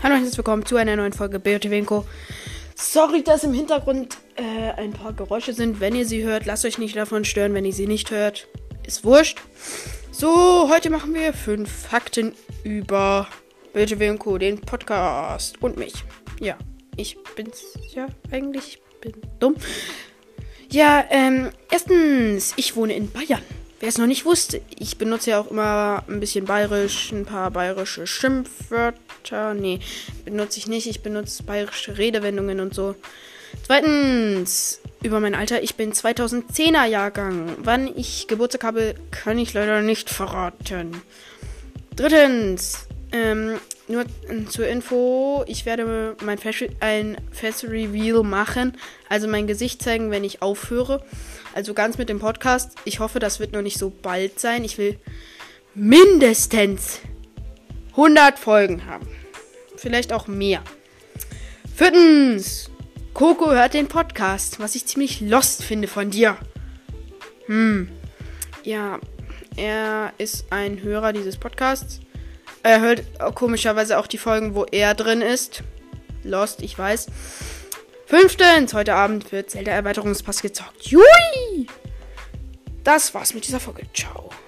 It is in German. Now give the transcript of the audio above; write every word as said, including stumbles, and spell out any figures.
Hallo und herzlich willkommen zu einer neuen Folge B O T W und Co. Sorry, dass im Hintergrund äh, ein paar Geräusche sind. Wenn ihr sie hört, lasst euch nicht davon stören. Wenn ihr sie nicht hört, ist wurscht. So, heute machen wir fünf Fakten über B O T W und Co., den Podcast und mich. Ja, ich bin's ja eigentlich. Ich bin dumm. Ja, ähm, erstens, ich wohne in Bayern. Wer es noch nicht wusste, ich benutze ja auch immer ein bisschen bayerisch, ein paar bayerische Schimpfwörter. Nee, benutze ich nicht. Ich benutze bayerische Redewendungen und so. Zweitens, über mein Alter. Ich bin zweitausendzehner Jahrgang. Wann ich Geburtstag habe, kann ich leider nicht verraten. Drittens, ähm, nur zur Info, ich werde mein Face, ein Face Reveal machen, also mein Gesicht zeigen, wenn ich aufhöre. Also ganz mit dem Podcast. Ich hoffe, das wird noch nicht so bald sein. Ich will mindestens hundert Folgen haben. Vielleicht auch mehr. Viertens, Coco hört den Podcast, was ich ziemlich lost finde von dir. Hm, ja, er ist ein Hörer dieses Podcasts. Er hört komischerweise auch die Folgen, wo er drin ist. Lost, ich weiß. Fünftens, heute Abend wird Zelda Erweiterungspass gezockt. Jui! Das war's mit dieser Folge. Ciao.